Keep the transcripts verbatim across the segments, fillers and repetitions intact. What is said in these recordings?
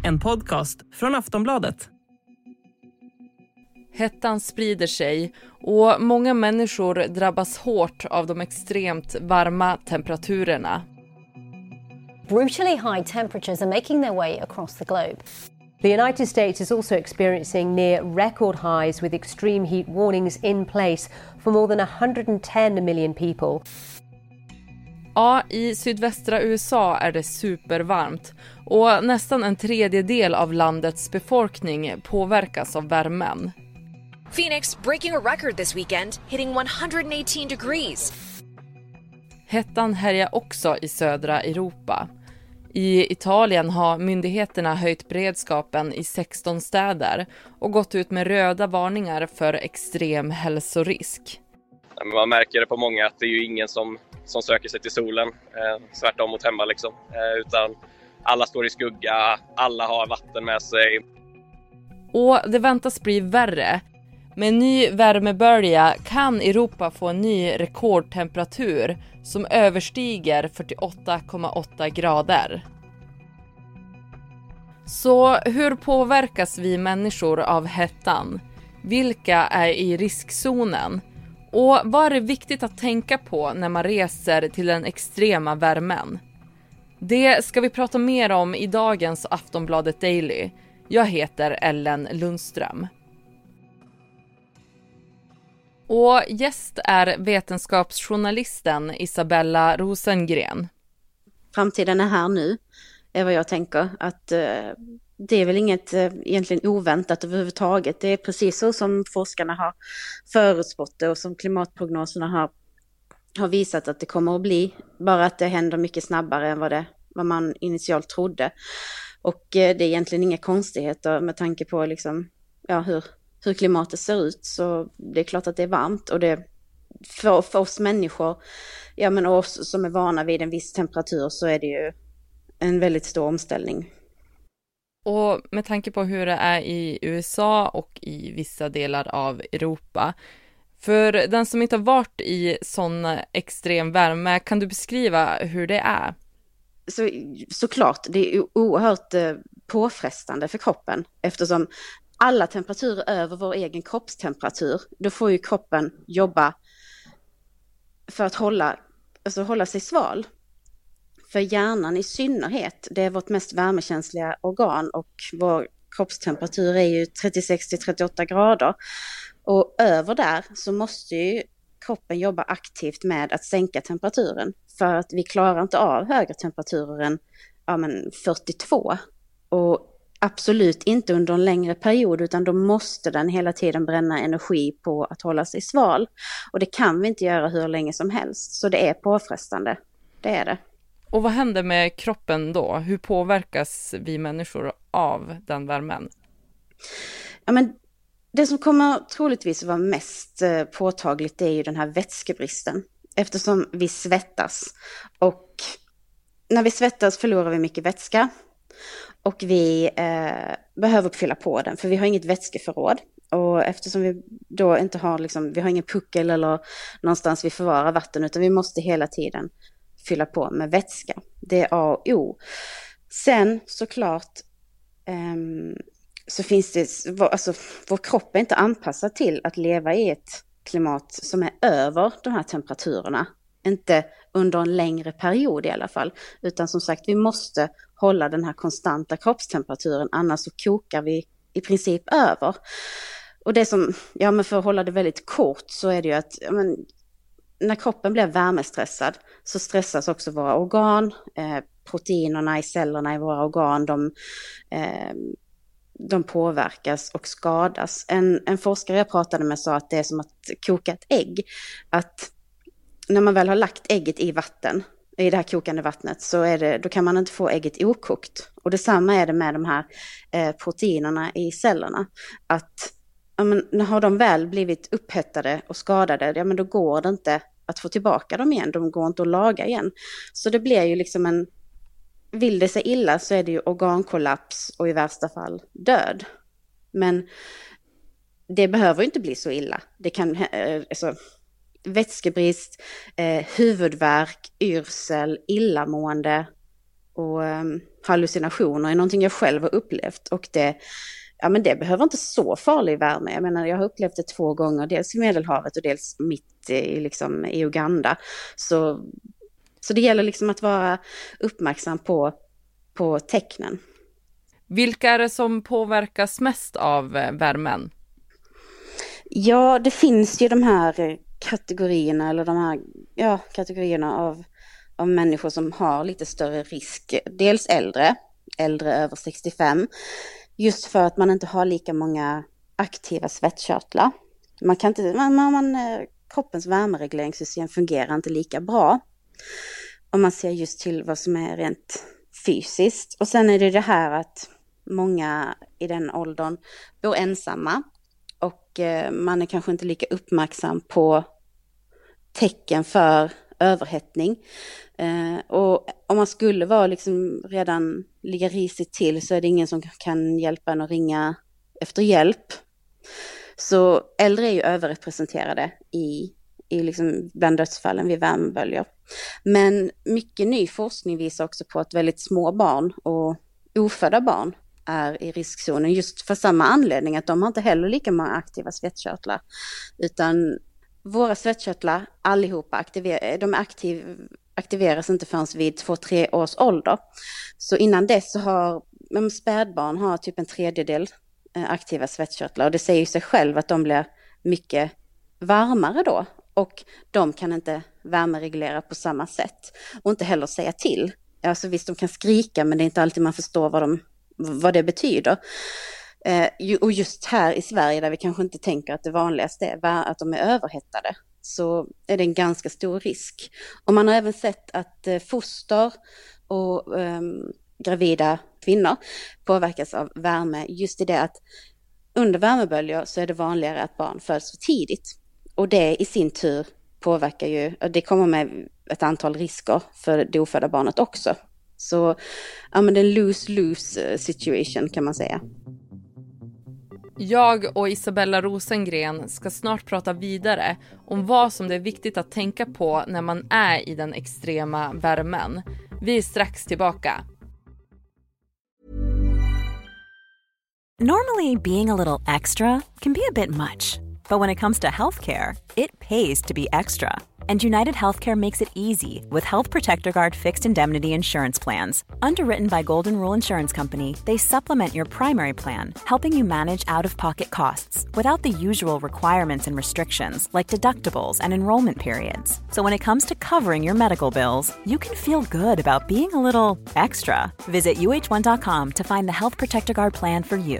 En podcast från Aftonbladet. Hettan sprider sig och många människor drabbas hårt av de extremt varma temperaturerna. Brutally high temperatures are making their way across the globe. The United States is also experiencing near record highs with extreme heat warnings in place for more than one hundred ten million people. Ja, i sydvästra U S A är det supervarmt och nästan en tredjedel av landets befolkning påverkas av värmen. Phoenix breaking a record this weekend, hitting one hundred eighteen degrees. Hettan härjar också i södra Europa. I Italien har myndigheterna höjt beredskapen i sexton städer och gått ut med röda varningar för extrem hälsorisk. Man märker det på många att det är ju ingen som, som söker sig till solen, eh, tvärtom mot hemma liksom. Eh, utan alla står i skugga, alla har vatten med sig. Och det väntas bli värre. Med en ny värmebölja kan Europa få en ny rekordtemperatur som överstiger fyrtioåtta komma åtta grader. Så hur påverkas vi människor av hettan? Vilka är i riskzonen? Och vad är det viktigt att tänka på när man reser till den extrema värmen? Det ska vi prata mer om i dagens Aftonbladet Daily. Jag heter Ellen Lundström. Och gäst är vetenskapsjournalisten Isabella Rosengren. Framtiden är här nu, är vad jag tänker. Att eh, det är väl inget eh, egentligen oväntat överhuvudtaget. Det är precis så som forskarna har förutspått det och som klimatprognoserna har, har visat att det kommer att bli. Bara att det händer mycket snabbare än vad, det, vad man initialt trodde. Och eh, det är egentligen inga konstigheter med tanke på liksom, ja, hur... hur klimatet ser ut, så det är klart att det är varmt och det för, för oss människor, ja men oss som är vana vid en viss temperatur, så är det ju en väldigt stor omställning. Och med tanke på hur det är i U S A och i vissa delar av Europa, för den som inte har varit i sån extrem värme, kan du beskriva hur det är? Så, såklart, det är oerhört eh, påfrestande för kroppen, eftersom alla temperaturer över vår egen kroppstemperatur, då får ju kroppen jobba för att hålla, alltså hålla sig sval. För hjärnan i synnerhet, det är vårt mest värmekänsliga organ och vår kroppstemperatur är ju trettiosex till trettioåtta grader. Och över där så måste ju kroppen jobba aktivt med att sänka temperaturen, för att vi klarar inte av högre temperaturer än ja, men fyrtiotvå. Och absolut inte under en längre period, utan då måste den hela tiden bränna energi på att hålla sig sval. Och det kan vi inte göra hur länge som helst, så det är påfrestande. Det är det. Och vad händer med kroppen då? Hur påverkas vi människor av den värmen? Ja, men det som kommer troligtvis att vara mest påtagligt, det är ju den här vätskebristen. Eftersom vi svettas. Och när vi svettas förlorar vi mycket vätska. Och vi eh, behöver fylla på den, för vi har inget vätskeförråd. Och eftersom vi då inte har, liksom, vi har ingen puckel eller någonstans vi förvarar vatten, utan vi måste hela tiden fylla på med vätska. Det är A och O. Sen såklart eh, så finns det, alltså vår kropp är inte anpassad till att leva i ett klimat som är över de här temperaturerna. Inte under en längre period i alla fall. Utan som sagt, vi måste hålla den här konstanta kroppstemperaturen, annars så kokar vi i princip över. Och det som, ja men för att hålla det väldigt kort, så är det ju att ja, men, när kroppen blir värmestressad så stressas också våra organ. Eh, proteinerna i cellerna i våra organ, de, eh, de påverkas och skadas. En, en forskare jag pratade med sa att det är som att koka ett ägg. Att när man väl har lagt ägget i vatten, i det här kokande vattnet, så är det, då kan man inte få ägget okokt. Och detsamma är det med de här eh, proteinerna i cellerna. Att ja, men, har de väl blivit upphettade och skadade, ja, men då går det inte att få tillbaka dem igen. De går inte att laga igen. Så det blir ju liksom en, vill det sig illa så är det ju organkollaps och i värsta fall död. Men det behöver inte bli så illa. Det kan, eh, alltså, vätskebrist, eh, huvudvärk, yrsel, illamående och um, hallucinationer är någonting jag själv har upplevt. Och det, ja, men det behöver inte så farlig värme. Jag menar, jag har upplevt det två gånger, dels i Medelhavet och dels mitt i, liksom, i Uganda. Så, så det gäller liksom att vara uppmärksam på, på tecknen. Vilka är det som påverkas mest av värmen? Ja, det finns ju de här kategorierna eller de här ja, kategorierna av, av människor som har lite större risk. Dels äldre, äldre över sextiofem. Just för att man inte har lika många aktiva svettkörtlar. Man kan inte, man, man, kroppens värmeregleringssystem fungerar inte lika bra. Om man ser just till vad som är rent fysiskt. Och sen är det det här att många i den åldern bor ensamma. Och eh, man är kanske inte lika uppmärksam på tecken för överhettning. Eh, och om man skulle vara liksom redan ligga risigt till så är det ingen som kan hjälpa en att ringa efter hjälp. Så äldre är ju överrepresenterade i, i liksom bland dödsfallen vid värmeböljor. Men mycket ny forskning visar också på att väldigt små barn och ofödda barn är i riskzonen just för samma anledning, att de har inte heller lika många aktiva svettkörtlar, utan våra svettkörtlar allihopa aktiver- de aktiv- aktiveras inte förrän vid två tre års ålder. Så innan dess så har men spädbarn har typ en tredjedel aktiva svettkörtlar, och det säger ju sig själv att de blir mycket varmare då, och de kan inte värmereglera på samma sätt och inte heller säga till. Alltså visst, de kan skrika, men det är inte alltid man förstår vad de vad det betyder. Eh, och just här i Sverige, där vi kanske inte tänker att det vanligaste är att de är överhettade, så är det en ganska stor risk. Och man har även sett att eh, foster och eh, gravida kvinnor påverkas av värme, just i det att under värmeböljor så är det vanligare att barn föds för tidigt. Och det i sin tur påverkar ju, det kommer med ett antal risker för det ofödda barnet också. Så ja, men det är en lose-lose situation kan man säga. Jag och Isabella Rosengren ska snart prata vidare om vad som det är viktigt att tänka på när man är i den extrema värmen. Vi är strax tillbaka. Normally, being a little extra can be a bit much. But when it comes to healthcare, it pays to be extra. And United Healthcare makes it easy with Health Protector Guard fixed indemnity insurance plans. Underwritten by Golden Rule Insurance Company, they supplement your primary plan, helping you manage out-of-pocket costs without the usual requirements and restrictions like deductibles and enrollment periods. So when it comes to covering your medical bills, you can feel good about being a little extra. Visit U H one dot com to find the Health Protector Guard plan for you.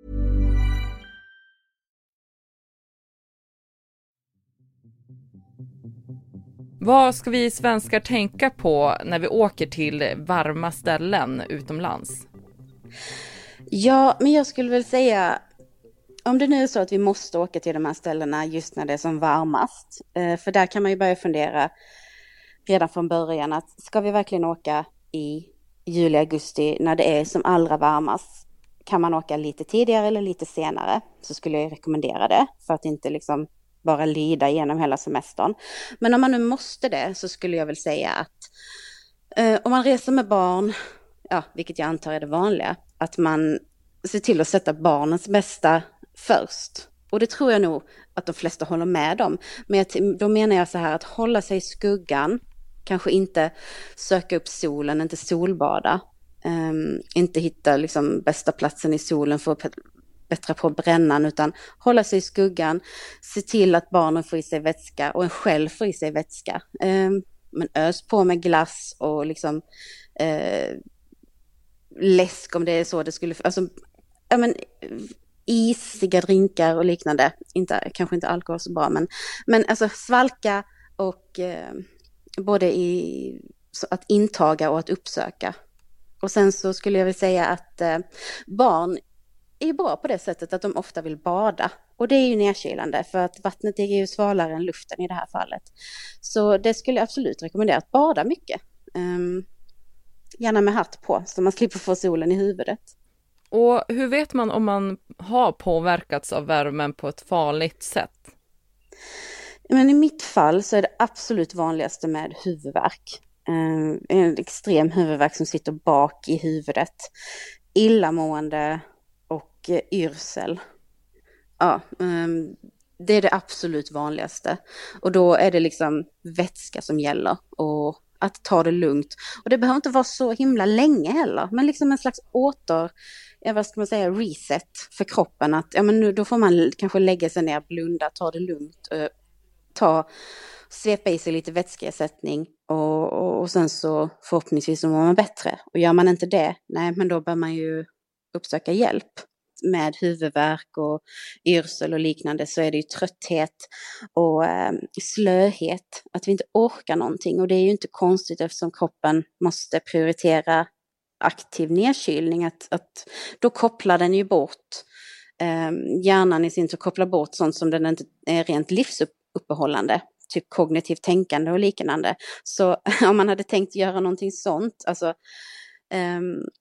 Vad ska vi svenskar tänka på när vi åker till varma ställen utomlands? Ja, men jag skulle väl säga, om det nu är så att vi måste åka till de här ställena just när det är som varmast, för där kan man ju börja fundera redan från början att ska vi verkligen åka i juli, augusti när det är som allra varmast? Kan man åka lite tidigare eller lite senare, så skulle jag rekommendera det för att inte liksom bara lida igenom hela semestern. Men om man nu måste det, så skulle jag väl säga att eh, om man reser med barn, ja, vilket jag antar är det vanliga, att man ser till att sätta barnens bästa först. Och det tror jag nog att de flesta håller med om. Men jag, då menar jag så här, att hålla sig i skuggan, kanske inte söka upp solen, inte solbada, eh, inte hitta liksom bästa platsen i solen för att bättre på brännan, utan hålla sig i skuggan, se till att barnen får i sig vätska och en själv får i sig vätska. Eh, men ös på med glass och liksom eh, läsk om det är så det skulle, alltså, ja, men isiga drinkar och liknande, inte, kanske inte alkohol så bra, men, men alltså svalka och eh, både i så att intaga och att uppsöka. Och sen så skulle jag vilja säga att eh, barn är bra på det sättet att de ofta vill bada. Och det är ju nedkylande, för att vattnet är ju svalare än luften i det här fallet. Så det skulle jag absolut rekommendera, att bada mycket. Um, gärna med hatt på, så man slipper få solen i huvudet. Och hur vet man om man har påverkats av värmen på ett farligt sätt? Men i mitt fall så är det absolut vanligaste med huvudvärk. En extrem huvudvärk som sitter bak i huvudet. Illamående och yrsel. Ja, det är det absolut vanligaste. Och då är det liksom vätska som gäller och att ta det lugnt. Och det behöver inte vara så himla länge heller, men liksom en slags åter, ja, vad ska man säga, reset för kroppen. Att ja, men nu, då får man kanske lägga sig ner, blunda, ta det lugnt, ta, svepa i sig lite vätskeersättning och, och, och sen så förhoppningsvis så mår man bättre. Och gör man inte det, nej, men då bör man ju uppsöka hjälp. Med huvudvärk och yrsel och liknande så är det ju trötthet och eh, slöhet, att vi inte orkar någonting. Och det är ju inte konstigt eftersom kroppen måste prioritera aktiv nedkylning, att, att då kopplar den ju bort, eh, hjärnan i sin tur kopplar bort sånt som den inte är rent livsuppehållande, typ kognitivt tänkande och liknande. Så om man hade tänkt göra någonting sånt, alltså eh,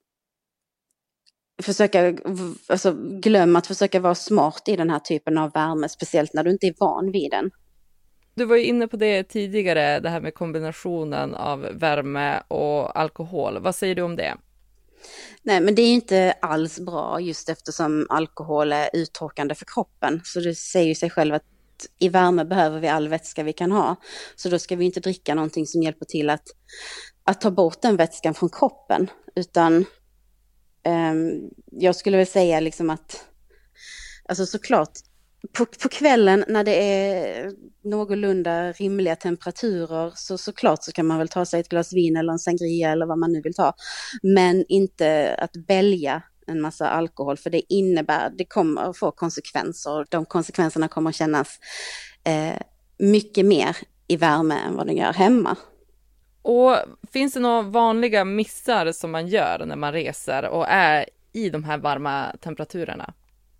försöka, alltså glöm att försöka vara smart i den här typen av värme, speciellt när du inte är van vid den. Du var ju inne på det tidigare, det här med kombinationen av värme och alkohol. Vad säger du om det? Nej, men det är ju inte alls bra just eftersom alkohol är uttorkande för kroppen. Så det säger ju sig själv att i värme behöver vi all vätska vi kan ha. Så då ska vi inte dricka någonting som hjälper till att, att ta bort den vätskan från kroppen, utan Um, jag skulle väl säga liksom att, alltså såklart, på, på kvällen när det är någorlunda rimliga temperaturer så såklart så kan man väl ta sig ett glas vin eller en sangria eller vad man nu vill ta. Men inte att bälja en massa alkohol, för det innebär, det kommer att få konsekvenser. De konsekvenserna kommer att kännas eh, mycket mer i värme än vad de gör hemma. Och finns det några vanliga missar som man gör när man reser och är i de här varma temperaturerna?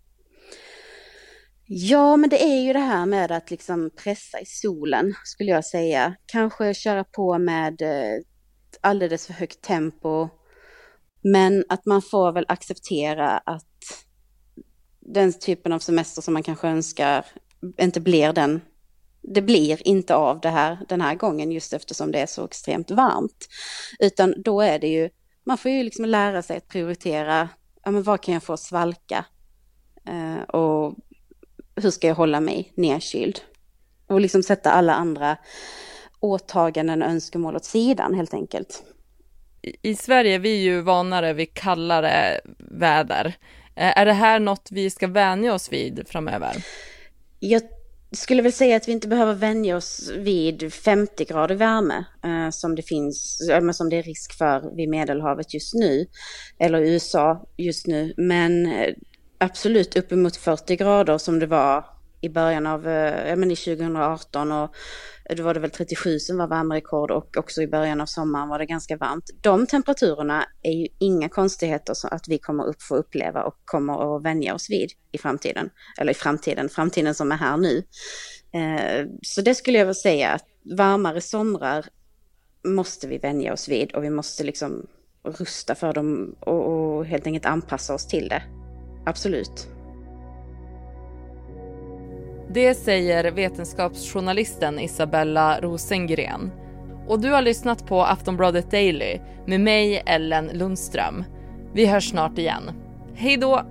Ja, men det är ju det här med att liksom pressa i solen, skulle jag säga. Kanske köra på med alldeles för högt tempo. Men att man får väl acceptera att den typen av semester som man kanske önskar inte blir den. Det blir inte av det här den här gången just eftersom det är så extremt varmt. Utan då är det ju, man får ju liksom lära sig att prioritera, ja men vad kan jag få svalka? Eh, och hur ska jag hålla mig nedkyld? Och liksom sätta alla andra åtaganden och önskemål åt sidan helt enkelt. I, i Sverige är vi ju vanare vid kallare väder. Eh, är det här något vi ska vänja oss vid framöver? Jag skulle väl säga att vi inte behöver vänja oss vid femtio grader värme eh, som det finns, eh, som det är risk för vid Medelhavet just nu, eller i U S A just nu, men eh, absolut uppemot fyrtio grader som det var i början av, eh, jag menar i tjugo arton, och då var det väl trettiosju som var värmerekord, och också i början av sommaren var det ganska varmt. De temperaturerna är ju inga konstigheter så att vi kommer upp få uppleva och kommer att vänja oss vid i framtiden. Eller i framtiden, framtiden som är här nu. Eh, så det skulle jag väl säga, att varmare somrar måste vi vänja oss vid, och vi måste liksom rusta för dem och, och helt enkelt anpassa oss till det. Absolut. Det säger vetenskapsjournalisten Isabella Rosengren. Och du har lyssnat på Aftonbladet Daily med mig, Ellen Lundström. Vi hörs snart igen. Hej då!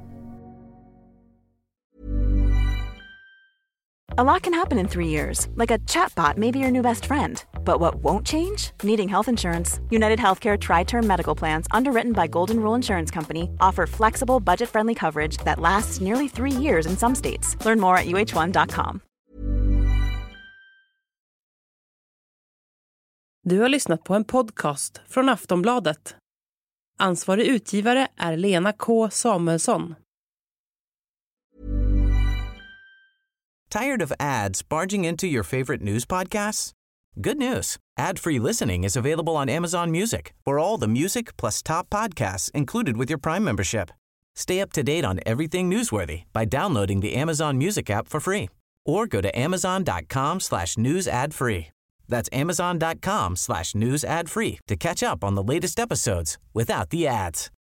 A lot can happen in three years, like a chatbot may be your new best friend. But what won't change? Needing health insurance. United Healthcare Tri-Term Medical Plans, underwritten by Golden Rule Insurance Company, offer flexible, budget-friendly coverage that lasts nearly three years in some states. Learn more at U H one dot com. Du har lyssnat på en podcast från Aftonbladet. Ansvarig utgivare är Lena K. Samuelsson. Tired of ads barging into your favorite news podcasts? Good news. Ad-free listening is available on Amazon Music for all the music plus top podcasts included with your Prime membership. Stay up to date on everything newsworthy by downloading the Amazon Music app for free or go to amazon.com slash news ad free. That's amazon.com slash news ad free to catch up on the latest episodes without the ads.